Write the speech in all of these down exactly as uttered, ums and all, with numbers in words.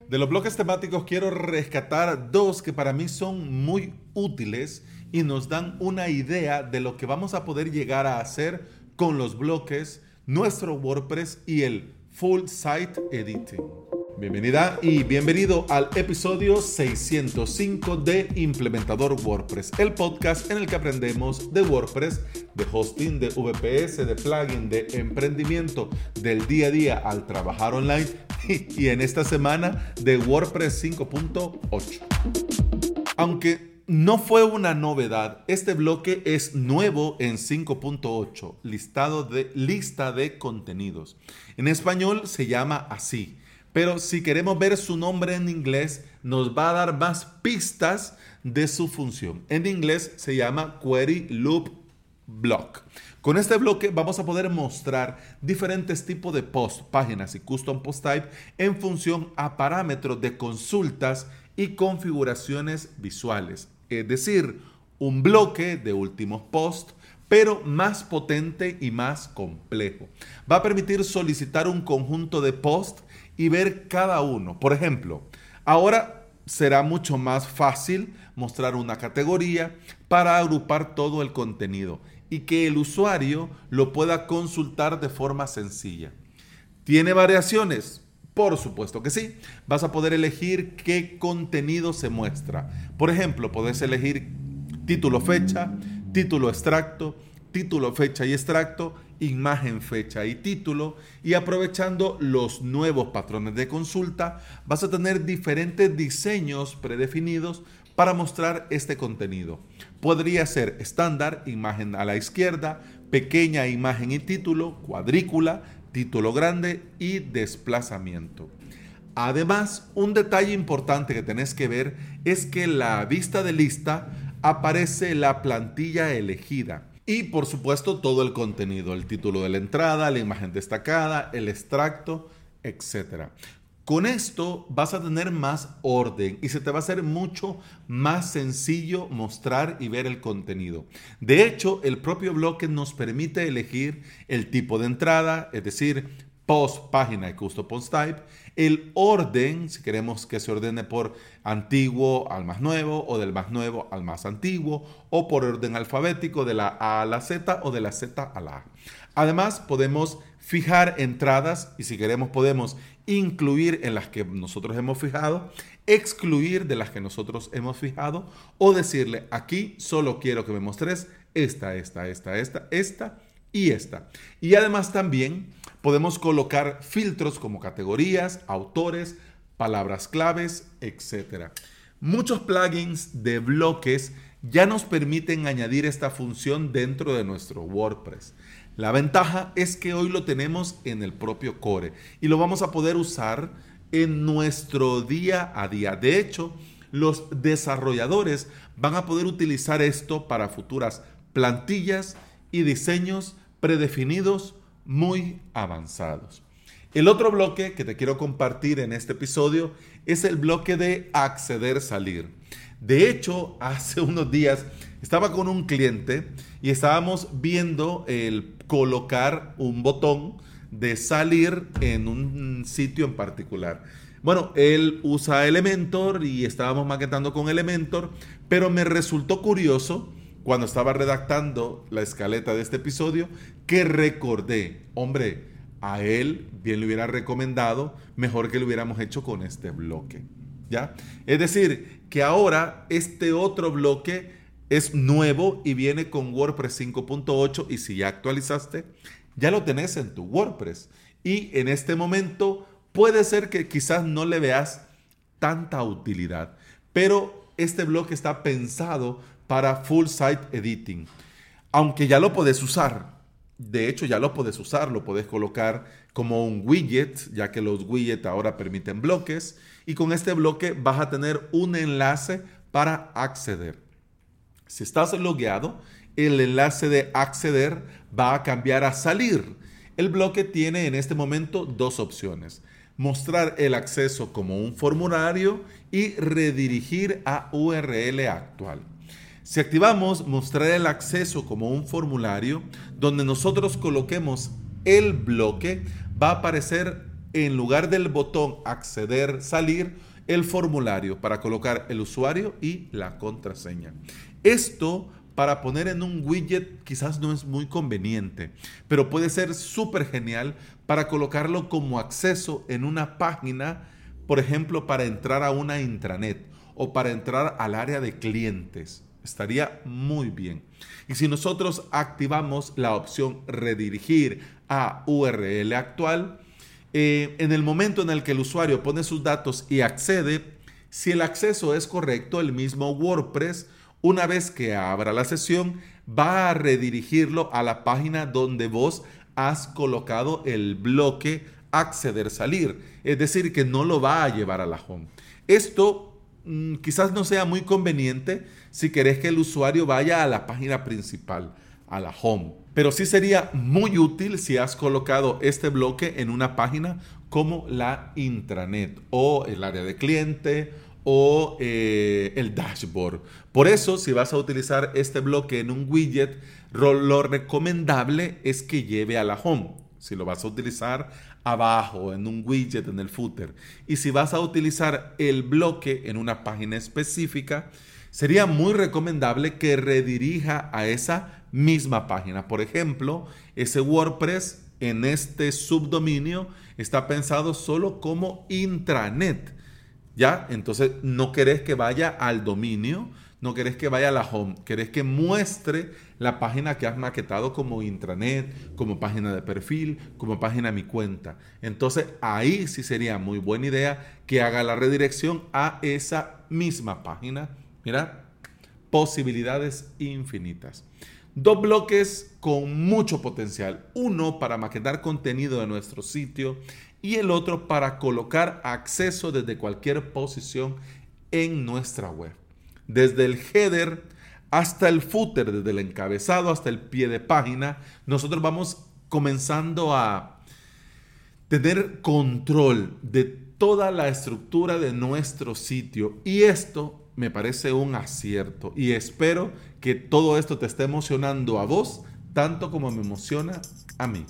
De los bloques temáticos quiero rescatar dos que para mí son muy útiles y nos dan una idea de lo que vamos a poder llegar a hacer con los bloques, nuestro WordPress y el Full Site Editing. Bienvenida y bienvenido al episodio seiscientos cinco de Implementador WordPress, el podcast en el que aprendemos de WordPress, de hosting, de V P S, de plugin, de emprendimiento, del día a día al trabajar online y, y en esta semana de WordPress cinco punto ocho. Aunque no fue una novedad, este bloque es nuevo en cinco punto ocho, listado de lista de contenidos. En español se llama así. Pero si queremos ver su nombre en inglés, nos va a dar más pistas de su función. En inglés se llama Query Loop Block. Con este bloque vamos a poder mostrar diferentes tipos de post, páginas y custom post type en función a parámetros de consultas y configuraciones visuales. Es decir, un bloque de últimos posts, pero más potente y más complejo. Va a permitir solicitar un conjunto de posts y ver cada uno. Por ejemplo, ahora será mucho más fácil mostrar una categoría para agrupar todo el contenido y que el usuario lo pueda consultar de forma sencilla. ¿Tiene variaciones? Por supuesto que sí. Vas a poder elegir qué contenido se muestra. Por ejemplo, podés elegir título, fecha, título, extracto, título, fecha y extracto, imagen, fecha y título, y aprovechando los nuevos patrones de consulta, vas a tener diferentes diseños predefinidos para mostrar este contenido. Podría ser estándar, imagen a la izquierda, pequeña imagen y título, cuadrícula, título grande y desplazamiento. Además, un detalle importante que tenés que ver es que en la vista de lista aparece la plantilla elegida. Y por supuesto todo el contenido, el título de la entrada, la imagen destacada, el extracto, etcétera. Con esto vas a tener más orden y se te va a hacer mucho más sencillo mostrar y ver el contenido. De hecho, el propio bloque nos permite elegir el tipo de entrada, es decir, post, página y custom post type, el orden, si queremos que se ordene por antiguo al más nuevo o del más nuevo al más antiguo o por orden alfabético de la A a la Z o de la Z a la A. Además, podemos fijar entradas y si queremos podemos incluir en las que nosotros hemos fijado, excluir de las que nosotros hemos fijado o decirle aquí solo quiero que me mostres esta, esta, esta, esta, esta y esta. Y además también podemos colocar filtros como categorías, autores, palabras claves, etcétera. Muchos plugins de bloques ya nos permiten añadir esta función dentro de nuestro WordPress. La ventaja es que hoy lo tenemos en el propio core y lo vamos a poder usar en nuestro día a día. De hecho, los desarrolladores van a poder utilizar esto para futuras plantillas y diseños predefinidos muy avanzados. El otro bloque que te quiero compartir en este episodio es el bloque de acceder-salir. De hecho, hace unos días estaba con un cliente y estábamos viendo el colocar un botón de salir en un sitio en particular. Bueno, él usa Elementor y estábamos maquetando con Elementor, pero me resultó curioso cuando estaba redactando la escaleta de este episodio que recordé, hombre, a él bien le hubiera recomendado mejor que lo hubiéramos hecho con este bloque, ¿ya? Es decir, que ahora este otro bloque es nuevo y viene con WordPress cinco punto ocho y si ya actualizaste, ya lo tenés en tu WordPress. Y en este momento puede ser que quizás no le veas tanta utilidad, pero este bloque está pensado para Full Site Editing, aunque ya lo podés usar. De hecho, ya lo podés usar, lo podés colocar como un widget, ya que los widgets ahora permiten bloques, y con este bloque vas a tener un enlace para acceder. Si estás logueado, el enlace de acceder va a cambiar a salir. El bloque tiene en este momento dos opciones: mostrar el acceso como un formulario y redirigir a U R L actual. Si activamos mostrar el acceso como un formulario, donde nosotros coloquemos el bloque, va a aparecer en lugar del botón acceder, salir, el formulario para colocar el usuario y la contraseña. Esto para poner en un widget quizás no es muy conveniente, pero puede ser súper genial para colocarlo como acceso en una página, por ejemplo, para entrar a una intranet o para entrar al área de clientes. Estaría muy bien. Y si nosotros activamos la opción redirigir a U R L actual, eh, en el momento en el que el usuario pone sus datos y accede, si el acceso es correcto, el mismo WordPress, una vez que abra la sesión, va a redirigirlo a la página donde vos has colocado el bloque acceder salir. Es decir, que no lo va a llevar a la home. Esto mmm, quizás no sea muy conveniente si querés que el usuario vaya a la página principal, a la home. Pero sí sería muy útil si has colocado este bloque en una página como la intranet o el área de cliente o eh, el dashboard. Por eso, si vas a utilizar este bloque en un widget, lo recomendable es que lleve a la home. Si lo vas a utilizar abajo, en un widget, en el footer. Y si vas a utilizar el bloque en una página específica, sería muy recomendable que redirija a esa misma página. Por ejemplo, ese WordPress en este subdominio está pensado solo como intranet. ¿Ya? Entonces no querés que vaya al dominio, no querés que vaya a la home, querés que muestre la página que has maquetado como intranet, como página de perfil, como página mi cuenta. Entonces ahí sí sería muy buena idea que haga la redirección a esa misma página. Mira, posibilidades infinitas. Dos bloques con mucho potencial. Uno para maquetar contenido de nuestro sitio y el otro para colocar acceso desde cualquier posición en nuestra web. Desde el header hasta el footer, desde el encabezado hasta el pie de página, nosotros vamos comenzando a tener control de toda la estructura de nuestro sitio. Y esto me parece un acierto y espero que todo esto te esté emocionando a vos tanto como me emociona a mí.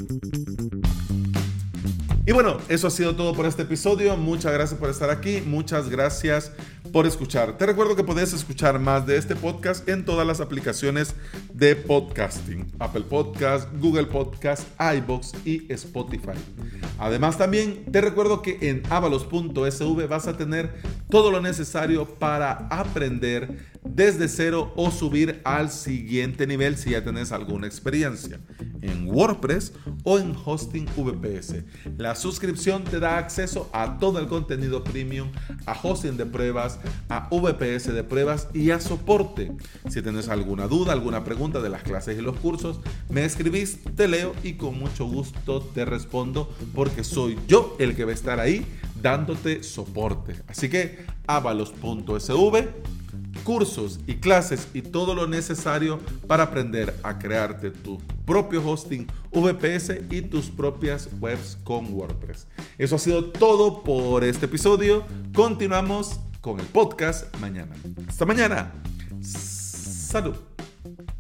Y bueno, eso ha sido todo por este episodio. Muchas gracias por estar aquí. Muchas gracias por escuchar. Te recuerdo que puedes escuchar más de este podcast en todas las aplicaciones de podcasting. Apple Podcast, Google Podcast, iVoox y Spotify. Además también te recuerdo que en avalos punto es ve vas a tener todo lo necesario para aprender desde cero o subir al siguiente nivel si ya tenés alguna experiencia en WordPress o en hosting V P S. La suscripción te da acceso a todo el contenido premium, a hosting de pruebas, a V P S de pruebas y a soporte. Si tienes alguna duda, alguna pregunta de las clases y los cursos, me escribís, te leo y con mucho gusto te respondo porque soy yo el que va a estar ahí dándote soporte. Así que avalos punto es ve, cursos y clases y todo lo necesario para aprender a crearte tu propio hosting V P S y tus propias webs con WordPress. Eso ha sido todo por este episodio. Continuamos con el podcast mañana. Hasta mañana. Salud.